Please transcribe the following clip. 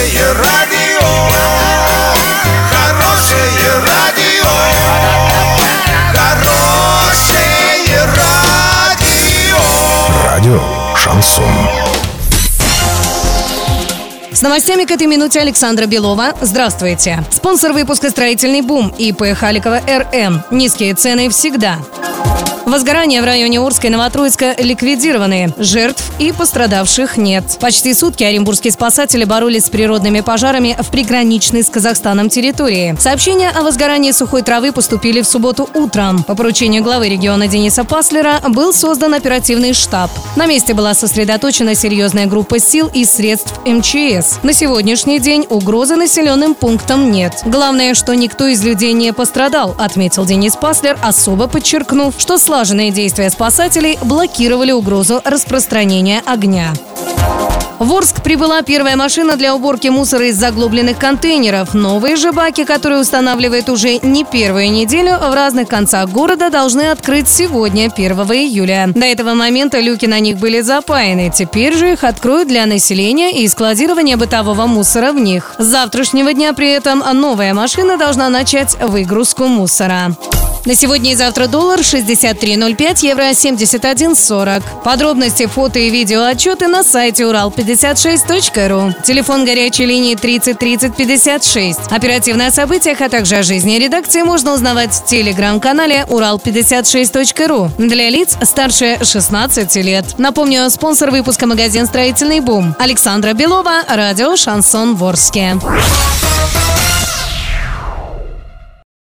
Хорошее радио, хорошее радио, хорошее радио. Радио «Шансон». С новостями к этой минуте Александра Белова. Здравствуйте. Спонсор выпуска «Строительный бум» ИП Халикова РМ. Низкие цены всегда. Возгорания в районе Орска и Новотроицка ликвидированы. Жертв и пострадавших нет. Почти сутки оренбургские спасатели боролись с природными пожарами в приграничной с Казахстаном территории. Сообщения о возгорании сухой травы поступили в субботу утром. По поручению главы региона Дениса Паслера был создан оперативный штаб. На месте была сосредоточена серьезная группа сил и средств МЧС. На сегодняшний день угрозы населенным пунктам нет. Главное, что никто из людей не пострадал, отметил Денис Паслер, особо подчеркнув, что слаженные действия спасателей блокировали угрозу распространения огня. В Орск прибыла первая машина для уборки мусора из заглубленных контейнеров. Новые же баки, которые устанавливают уже не первую неделю, в разных концах города должны открыть сегодня, 1 июля. До этого момента люки на них были запаяны. Теперь же их откроют для населения и складирования бытового мусора в них. С завтрашнего дня при этом новая машина должна начать выгрузку мусора. На сегодня и завтра доллар 63.05, евро 71.40. Подробности, фото и видео отчеты на сайте урал56.ру. Телефон горячей линии 30 30 56. Оперативные о событиях, а также о жизни редакции можно узнавать в телеграм-канале урал56.ру для лиц старше 16 лет. Напомню, спонсор выпуска магазин «Строительный бум». Александра Белова, радио «Шансон» в Орске.